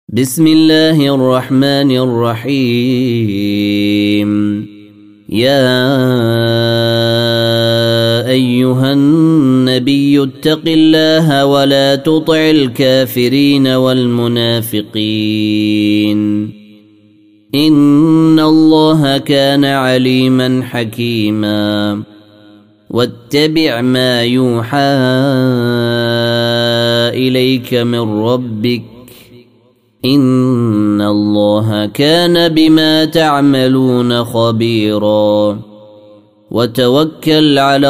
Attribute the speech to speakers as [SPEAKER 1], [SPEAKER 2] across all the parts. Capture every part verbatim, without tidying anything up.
[SPEAKER 1] بسم الله الرحمن الرحيم. يا أيها النبي اتق الله ولا تطع الكافرين والمنافقين إن الله كان عليما حكيما. واتبع ما يوحى إليك من ربك إن الله كان بما تعملون خبيرا. وتوكل على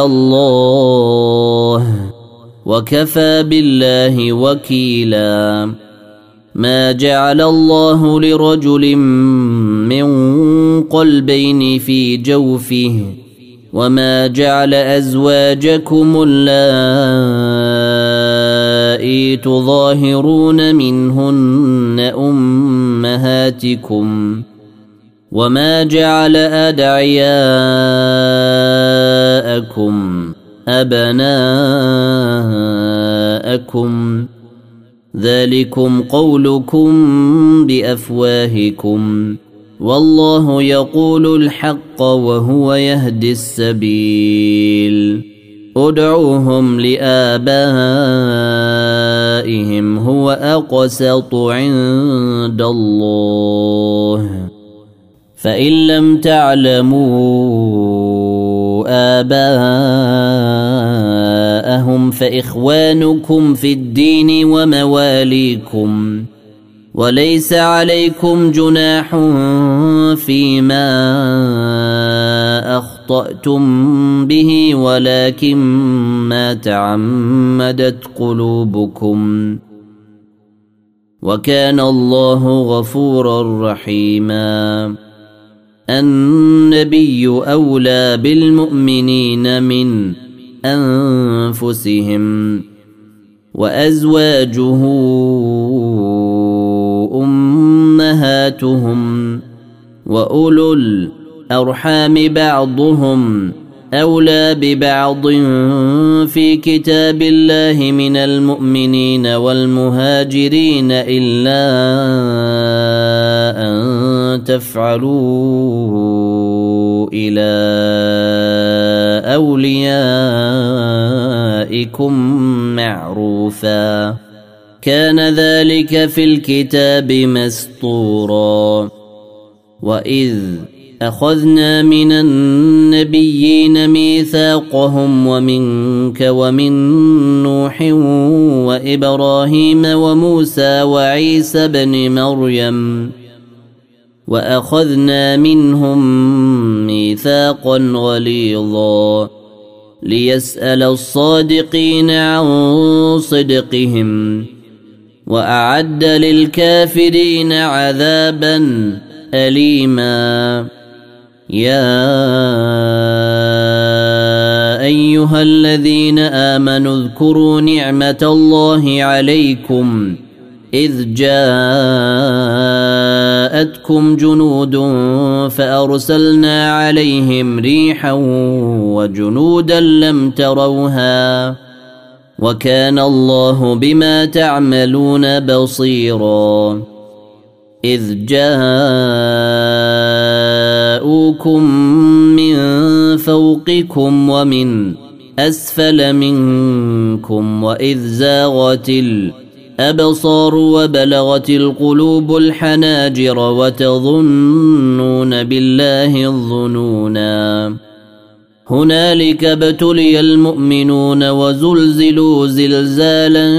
[SPEAKER 1] الله وكفى بالله وكيلا. ما جعل الله لرجل من قلبين في جوفه وما جعل أزواجكم اللائي تظاهرون منهن أمهاتكم وما جعل أدعياءكم أبناءكم ذلكم قولكم بأفواهكم والله يقول الحق وهو يهدي السبيل. ادعوهم لآبائهم هو أقسط عند الله فإن لم تعلموا آباءهم فإخوانكم في الدين ومواليكم وليس عليكم جناح فيما أخطأتم به ولكن ما تعمدت قلوبكم وكان الله غفورا رحيما. النبي أولى بالمؤمنين من أنفسهم وأزواجه أمهاتهم وأولو الأرحام بعضهم أولى ببعض في كتاب الله من المؤمنين والمهاجرين إلا أن تفعلوا إلى أوليائكم معروفا كان ذلك في الكتاب مسطورا. وإذ أخذنا من النبيين ميثاقهم ومنك ومن نوح وإبراهيم وموسى وعيسى بن مريم وأخذنا منهم ميثاقا غليظا ليسأل الصادقين عن صدقهم وأعد للكافرين عذابا أليما. يا أيها الذين آمنوا اذكروا نعمة الله عليكم إذ جاءتكم جنود فأرسلنا عليهم ريحا وجنودا لم تروها وكان الله بما تعملون بصيرا. إذ جاءوكم من فوقكم ومن أسفل منكم وإذ زاغت الأبصار وبلغت القلوب الحناجر وتظنون بالله الظنونا. هنالك ابتلي المؤمنون وزلزلوا زلزالا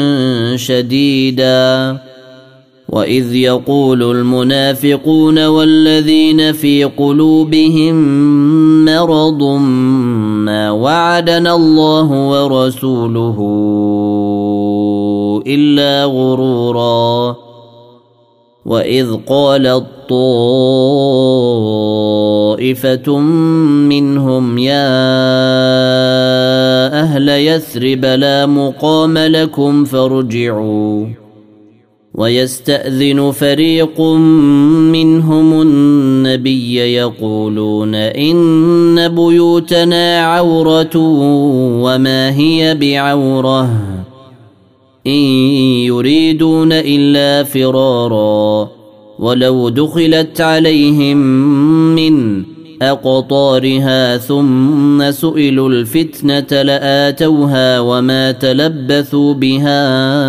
[SPEAKER 1] شديدا. وإذ يقول المنافقون والذين في قلوبهم مرض ما وعدنا الله ورسوله إلا غرورا. وإذ قالت طائفة منهم يا أهل يثرب لا مقام لكم فارجعوا ويستأذن فريق منهم النبي يقولون إن بيوتنا عورة وما هي بعورة إن يريدون إلا فرارا ولو دخلت عليهم من أقطارها ثم سئلوا الفتنة لآتوها وما تلبثوا بها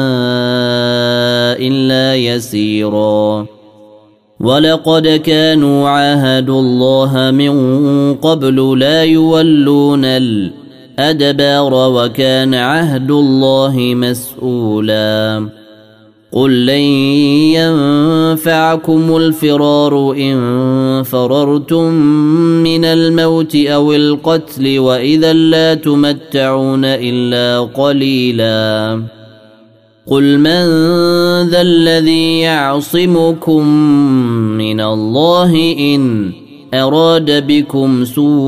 [SPEAKER 1] إلا يسيرا ولقد كانوا عاهدوا الله من قبل لا يولون الأدبار وكان عهد الله مسؤولا قل لن ينفعكم الفرار إن فررتم من الموت أو القتل وإذا لا تمتعون إلا قليلا قل من ذا الذي يعصمكم من الله إن أراد بكم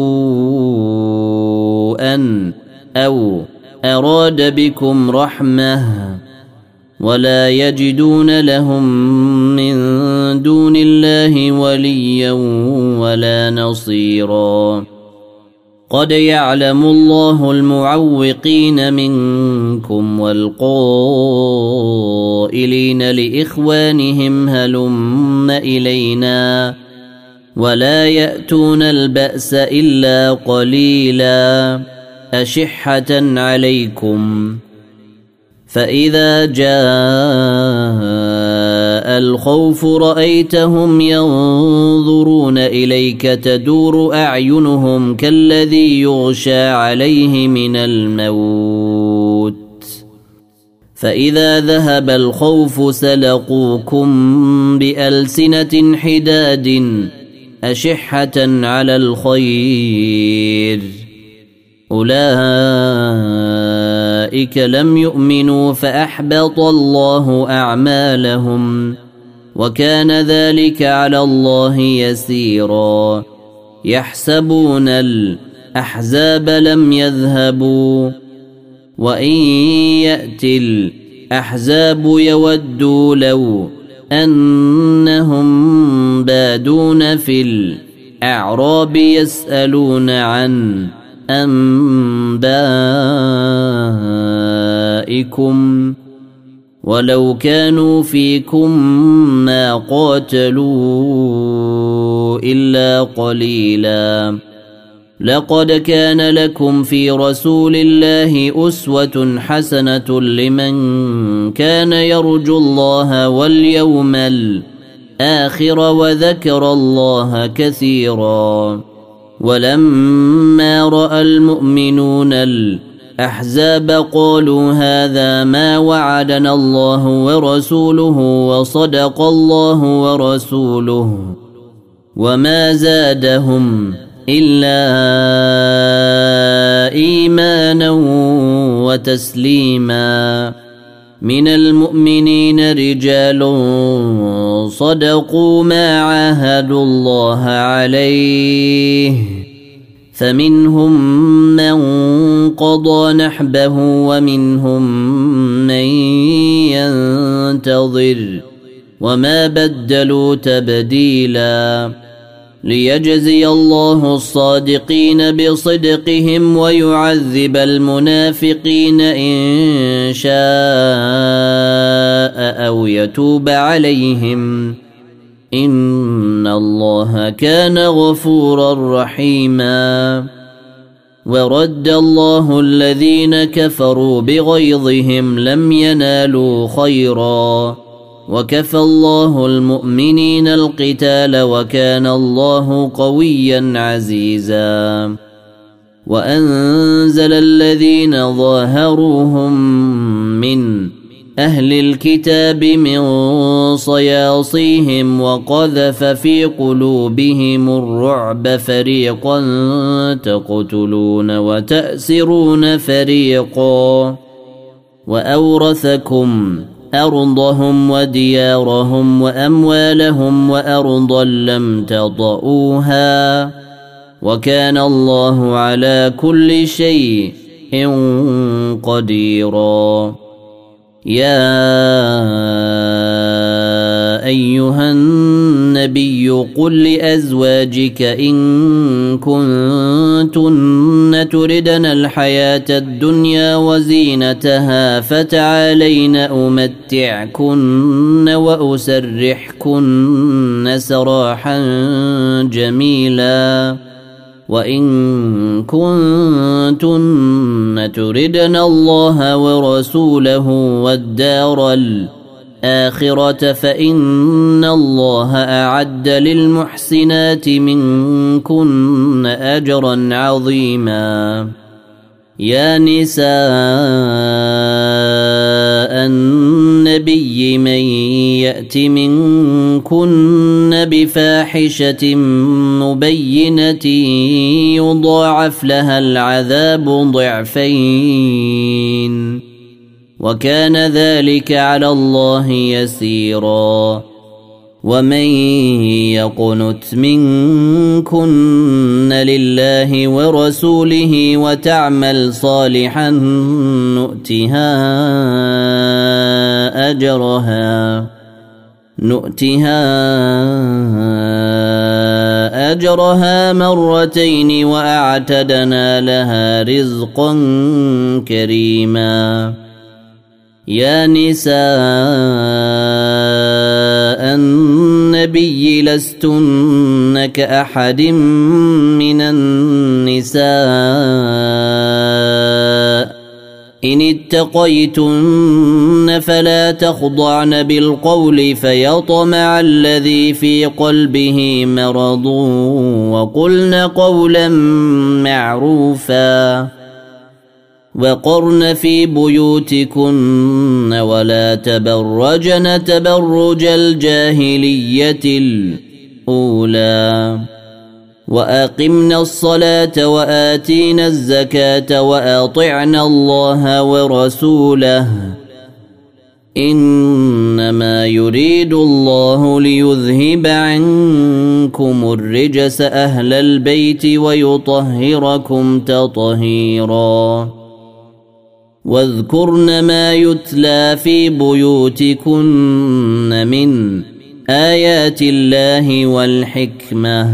[SPEAKER 1] سوءا أو أراد بكم رحمة ولا يجدون لهم من دون الله وليا ولا نصيرا قد يعلم الله المعوقين منكم والقائلين لإخوانهم هلم إلينا ولا يأتون البأس إلا قليلا أشحة عليكم فإذا جاء الخوف رأيتهم ينظرون إليك تدور أعينهم كالذي يغشى عليه من الموت فإذا ذهب الخوف سلقوكم بألسنة حداد أشحة على الخير أولئك لم يؤمنوا فأحبط الله أعمالهم وكان ذلك على الله يسيرا يحسبون الأحزاب لم يذهبوا وإن يأتي الأحزاب يودوا لو أنهم بادون في الأعراب يسألون عن أنبائكم ولو كانوا فيكم ما قاتلوا إلا قليلا لقد كان لكم في رسول الله أسوة حسنة لمن كان يرجو الله واليوم الآخر وذكر الله كثيرا ولما رأى المؤمنون الأحزاب قالوا هذا ما وعدنا الله ورسوله وصدق الله ورسوله وما زادهم إلا إيمانا وتسليما من المؤمنين رجال صدقوا ما عاهدوا الله عليه فمنهم من قضى نحبه ومنهم من ينتظر وما بدلوا تبديلا ليجزي الله الصادقين بصدقهم ويعذب المنافقين إن شاء أو يتوب عليهم إن الله كان غفورا رحيما ورد الله الذين كفروا بغيظهم لم ينالوا خيرا وكفى الله المؤمنين القتال وكان الله قويا عزيزا وأنزل الذين ظاهروهم من أهل الكتاب من صياصيهم وقذف في قلوبهم الرعب فريقا تقتلون وتأسرون فريقا وأورثكم أرضهم وديارهم وأموالهم وأرضا لم تطئوها وكان الله على كل شيء قديرا يا أيها النبي قل لأزواجك إن كنتن تردن الحياة الدنيا وزينتها فتعالين أمتعكن وأسرحكن سراحا جميلا وإن كنتن تردن الله ورسوله والدار الآخرة فإن الله أعد للمحسنات منكن أجرا عظيما يا نساء النبي من يأت منكن بفاحشة مبينة يضاعف لها العذاب ضعفين وكان ذلك على الله يسيرا ومن يقنت منكن لله ورسوله وتعمل صالحا نؤتها أجرها نؤتها أجرها مرتين وأعتدنا لها رزقا كريما يا نساء النبي لستن كأحد من النساء إن اتقيتن فلا تخضعن بالقول فيطمع الذي في قلبه مرض وقلن قولا معروفا وقرن في بيوتكن ولا تبرجن تبرج الجاهلية الأولى وأقمنا الصلاة وآتينا الزكاة وأطعنا الله ورسوله إنما يريد الله ليذهب عنكم الرجس أهل البيت ويطهركم تطهيرا واذكرن ما يتلى في بيوتكن من آيات الله والحكمة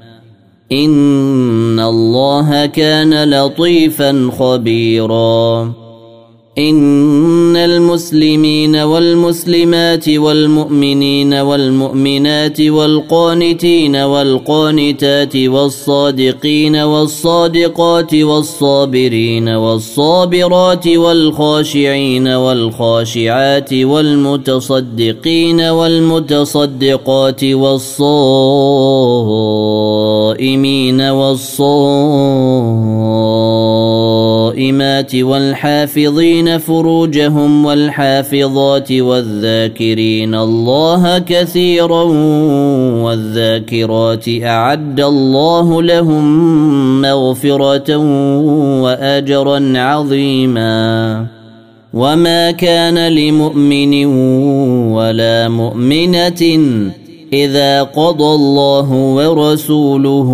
[SPEAKER 1] إن الله كان لطيفا خبيرا إن المسلمين والمسلمات والمؤمنين والمؤمنات والقانتين والقانتات والصادقين والصادقات والصابرين والصابرات والخاشعين والخاشعات والمتصدقين والمتصدقات والصائمين والصائمات والحافظين فروجهم والحافظات والذاكرين الله كثيرا والذاكرات أعد الله لهم مغفرة وأجرا عظيما وما كان لمؤمن ولا مؤمنة إذا قضى الله ورسوله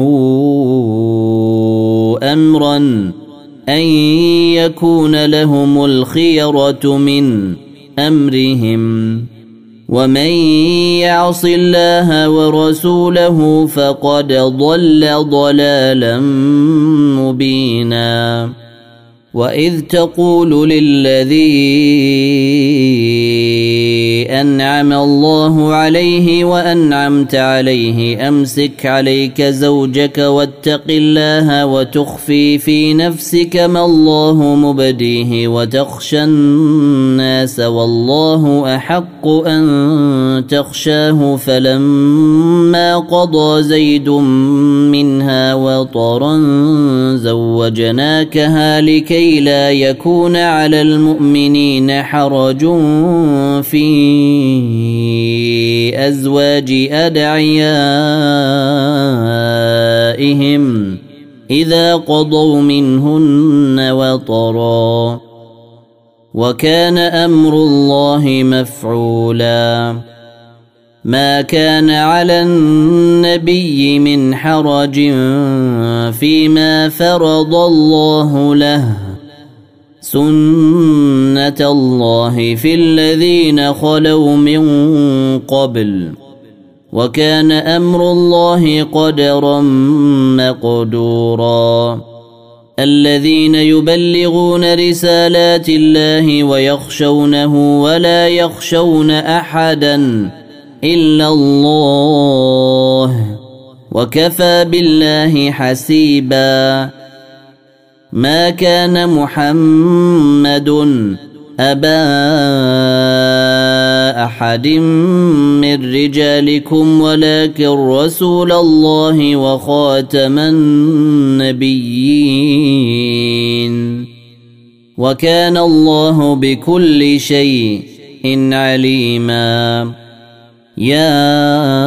[SPEAKER 1] أمرا أن يكون لهم الخيرة من أمرهم ومن يعص الله ورسوله فقد ضل ضلالا مبينا وإذ تقول للذي أنعم الله عليه وأنعمت عليه أمسك عليك زوجك واتق الله وتخفي في نفسك ما الله مبديه وتخشى الناس والله أحق أن تخشاه فلما قضى زيد منها وطرا زوجناكها لكي لا يكون على المؤمنين حرج في أزواج أدعيائهم إذا قضوا منهن وطرا وكان أمر الله مفعولا ما كان على النبي من حرج فيما فرض الله له سنة الله في الذين خلوا من قبل وكان أمر الله قدرا مقدورا الذين يبلغون رسالات الله ويخشونه ولا يخشون أحدا إلا الله وكفى بالله حسيبا. ما كان محمد أبا أحد من رجالكم ولكن رسول الله وخاتم النبيين وكان الله بكل شيء عليما. يا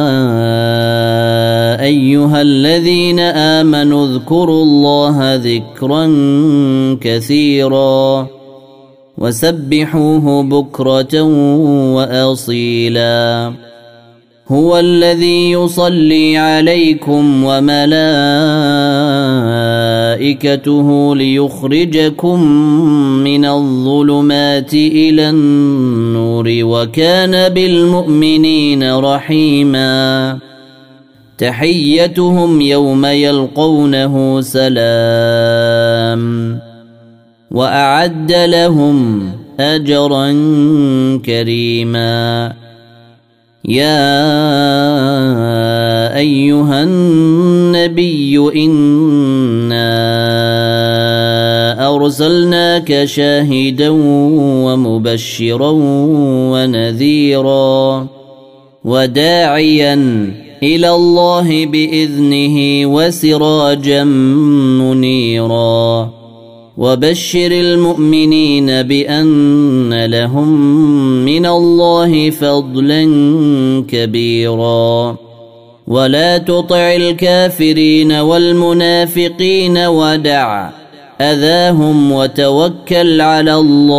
[SPEAKER 1] أيها الذين آمنوا اذكروا الله ذكرا كثيرا وسبحوه بكرة وأصيلا. هو الذي يصلي عليكم وملائكته ليخرجكم من الظلمات إلى النور وكان بالمؤمنين رحيما. تحيتهم يوم يلقونه سلام وأعد لهم أجرا كريما. يا أيها النبي إنا أرسلناك شاهدا ومبشرا ونذيرا وداعيا إلى الله بإذنه وسراجا منيرا. وبشر المؤمنين بأن لهم من الله فضلا كبيرا. ولا تطع الكافرين والمنافقين ودع أذاهم وتوكل على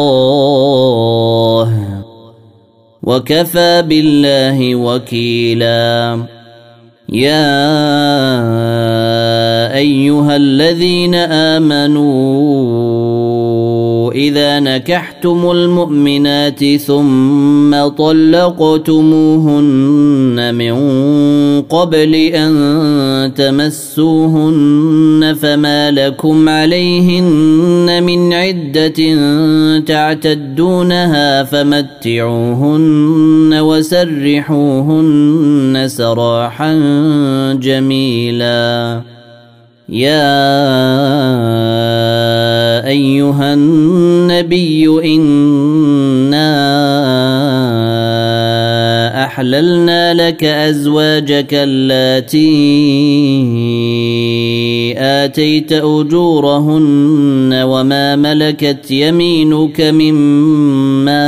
[SPEAKER 1] الله وكفى بالله وكيلا. يا أيها الذين آمنوا إذا نكحتم المؤمنات ثم طلقتموهن من قبل أن تمسوهن فما لكم عليهن من عدة تعتدونها فمتعوهن وسرحوهن سراحا جميلا. يا أيها النبي إنا أحللنا لك أزواجك اللاتي آتيت أجورهن وما ملكت يمينك مما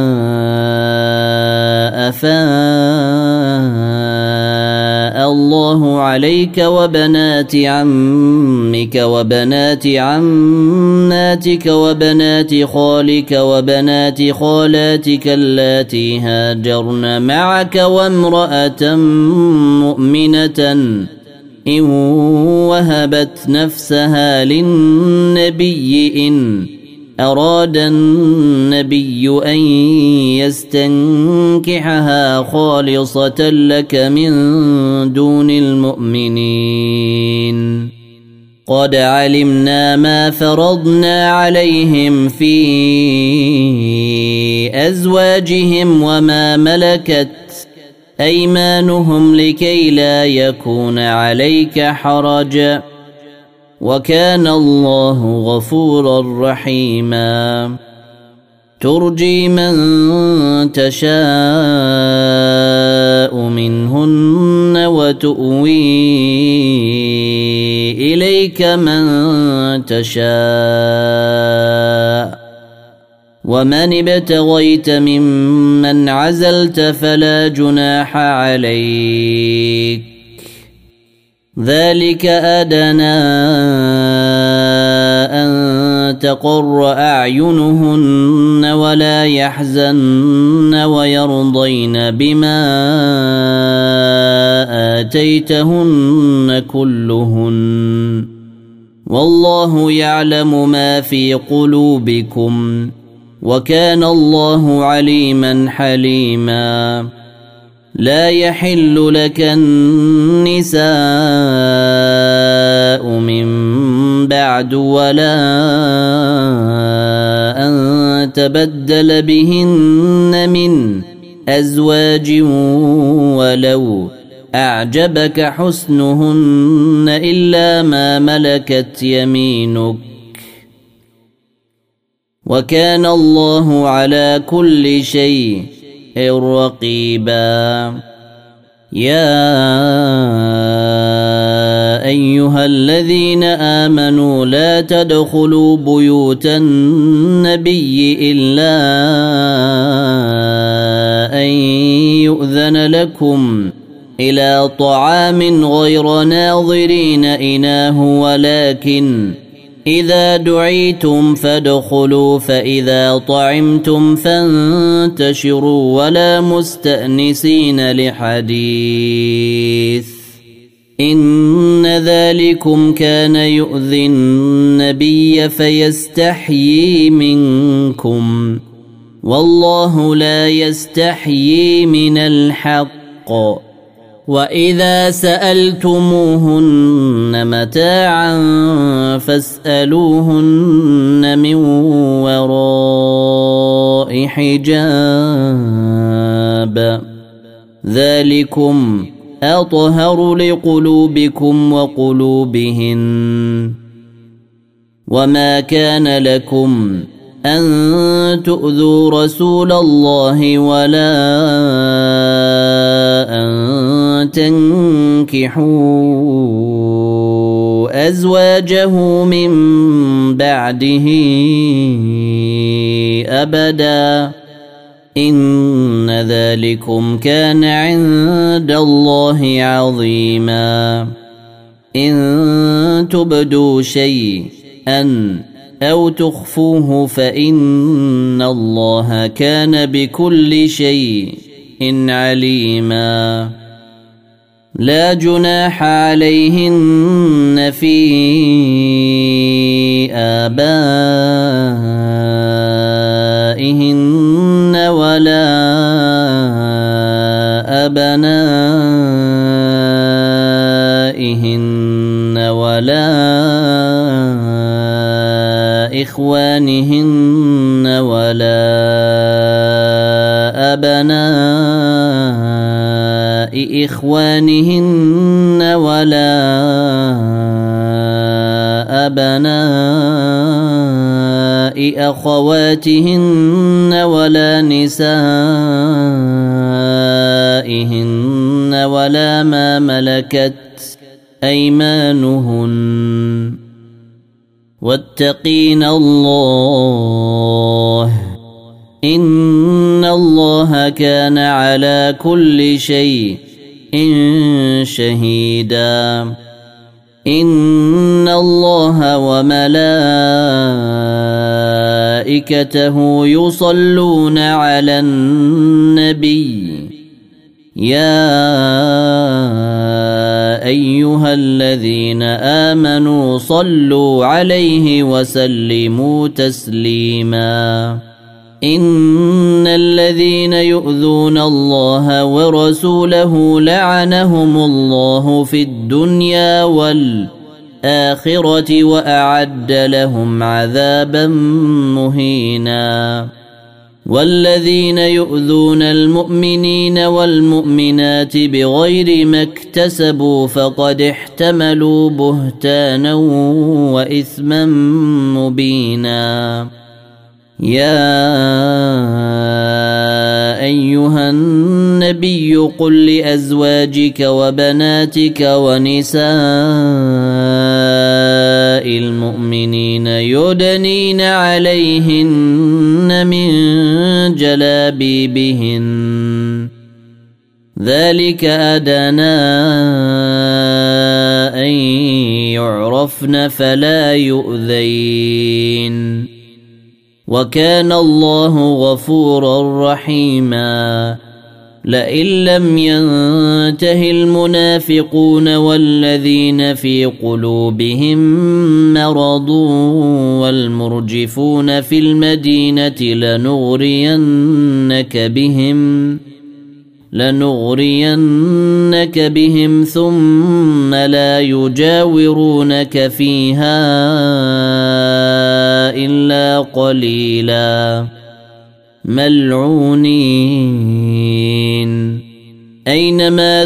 [SPEAKER 1] أفاء الله عليك وبنات عمك وبنات عماتك وبنات خالك وبنات خالاتك اللاتي هاجرن معك وامرأة مؤمنة إن وهبت نفسها للنبي إن أراد النبي أن يستنكحها خالصة لك من دون المؤمنين. قد علمنا ما فرضنا عليهم في أزواجهم وما ملكت أيمانهم لكي لا يكون عليك حرج وكان الله غفورا رحيما. ترجي من تشاء منهن وتؤوي إليك من تشاء ومن ابتغيت ممن عزلت فلا جناح عليك. ذلك أدنى أن تقر أعينهن ولا يحزن ويرضين بما آتيتهن كلهن والله يعلم ما في قلوبكم وكان الله عليما حليما. لا يحل لك النساء من بعد ولا أن تبدل بهن من أزواج ولو أعجبك حسنهن إلا ما ملكت يمينك وكان الله على كل شيء رقيبا. يا أيها الذين آمنوا لا تدخلوا بيوت النبي إلا أن يؤذن لكم إلى طعام غير ناظرين إناه ولكن إذا دعيتم فادخلوا فإذا طعمتم فانتشروا ولا مستأنسين لحديث إن ذلكم كان يؤذي النبي فيستحيي منكم والله لا يستحيي من الحق. وإذا سألتموهن متاعا فاسألوهن من وراء حجاب ذلكم أطهر لقلوبكم وقلوبهن. وما كان لكم أن تؤذوا رسول الله ولا أن تنكحوا أزواجه من بعده أبدا إن ذلكم كان عند الله عظيما. إن تبدوا شيئا أو تخفوه فإن الله كان بكل شيء عليما. لا جناح عليهن في آبائهن ولا أبنائهن ولا إخوانهن ولا أبناء إخوانهن ولا أبناء أخواتهن ولا نسائهن ولا ما ملكت أيمانهن واتقين الله إن الله كان على كل شيء شهيدا. إن الله وملائكته يصلون على النبي يا أيها الذين آمنوا صلوا عليه وسلموا تسليما. إن الذين يؤذون الله ورسوله لعنهم الله في الدنيا والآخرة وأعد لهم عذابا مهينا. والذين يؤذون المؤمنين والمؤمنات بغير ما اكتسبوا فقد احتملوا بهتانا وإثما مبينا. يا أيها النبي قل لأزواجك وبناتك ونساء المؤمنين يدنين عليهن من جلابيبهن ذلك أدنى أن يعرفن فلا يؤذين وكان الله غفورا رحيما. لئن لم ينته المنافقون والذين في قلوبهم مرض والمرجفون في المدينة لنغرينك بهم لنغرينك بهم ثم لا يجاورونك فيها إلا قليلا ملعونين أينما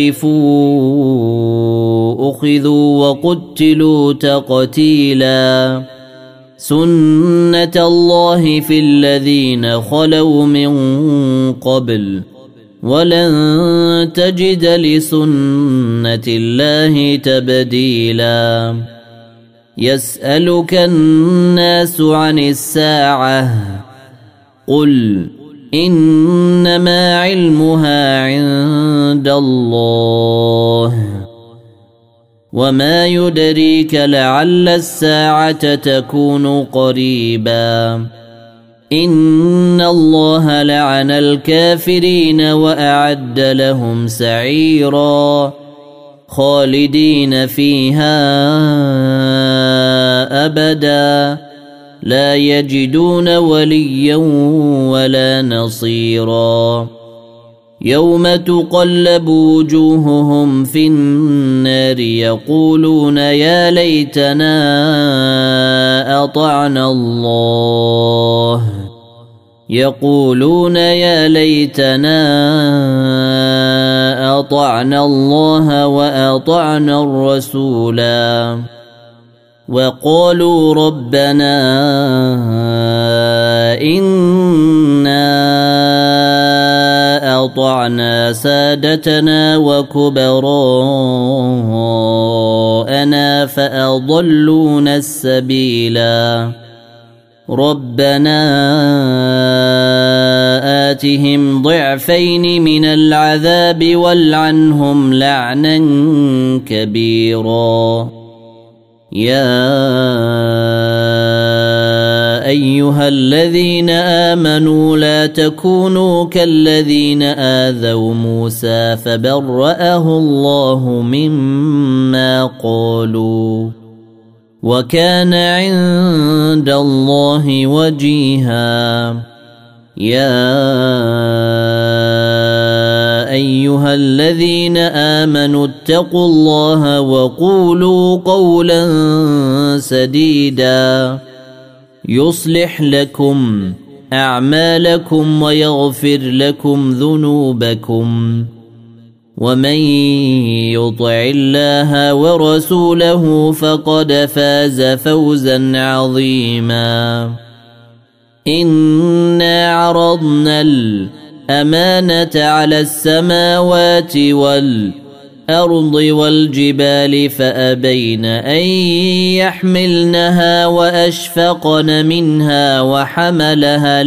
[SPEAKER 1] ثقفوا أخذوا وقتلوا تقتيلا سنة الله في الذين خلوا من قبل ولن تجد لسنة الله تبديلا يسألك الناس عن الساعة قل إنما علمها عند الله وما يدريك لعل الساعة تكون قريبا إن الله لعن الكافرين وأعد لهم سعيرا خالدين فيها أبدا لا يجدون وليا ولا نصيرا يوم تقلب وجوههم في النار يقولون يا ليتنا أطعنا الله يقولون يا ليتنا أطعنا الله وأطعنا الرسولا وقالوا ربنا إنا أطعنا سادتنا وكبراءنا فأضلونا السبيلا ربنا آتهم ضعفين من العذاب والعنهم لعنا كبيرا يا أيها الذين آمنوا لا تكونوا كالذين آذوا موسى فبرأه الله مما قالوا وكان عند الله وجيها يا أيها الذين آمنوا اتقوا الله وقولوا قولا سديدا يصلح لكم أعمالكم ويغفر لكم ذنوبكم ومن يطع الله ورسوله فقد فاز فوزا عظيما إنا عرضنا الأمانة على السماوات والأرض والجبال فأبين أن يحملنها وأشفقن منها وحملها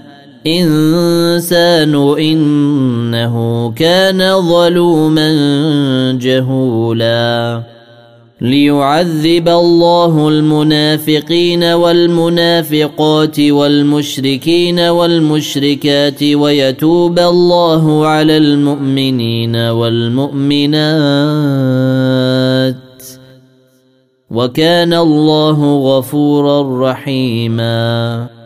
[SPEAKER 1] الإنسان إنه كان ظلوما جهولا ليعذب الله المنافقين والمنافقات والمشركين والمشركات ويتوب الله على المؤمنين والمؤمنات وكان الله غفورا رحيما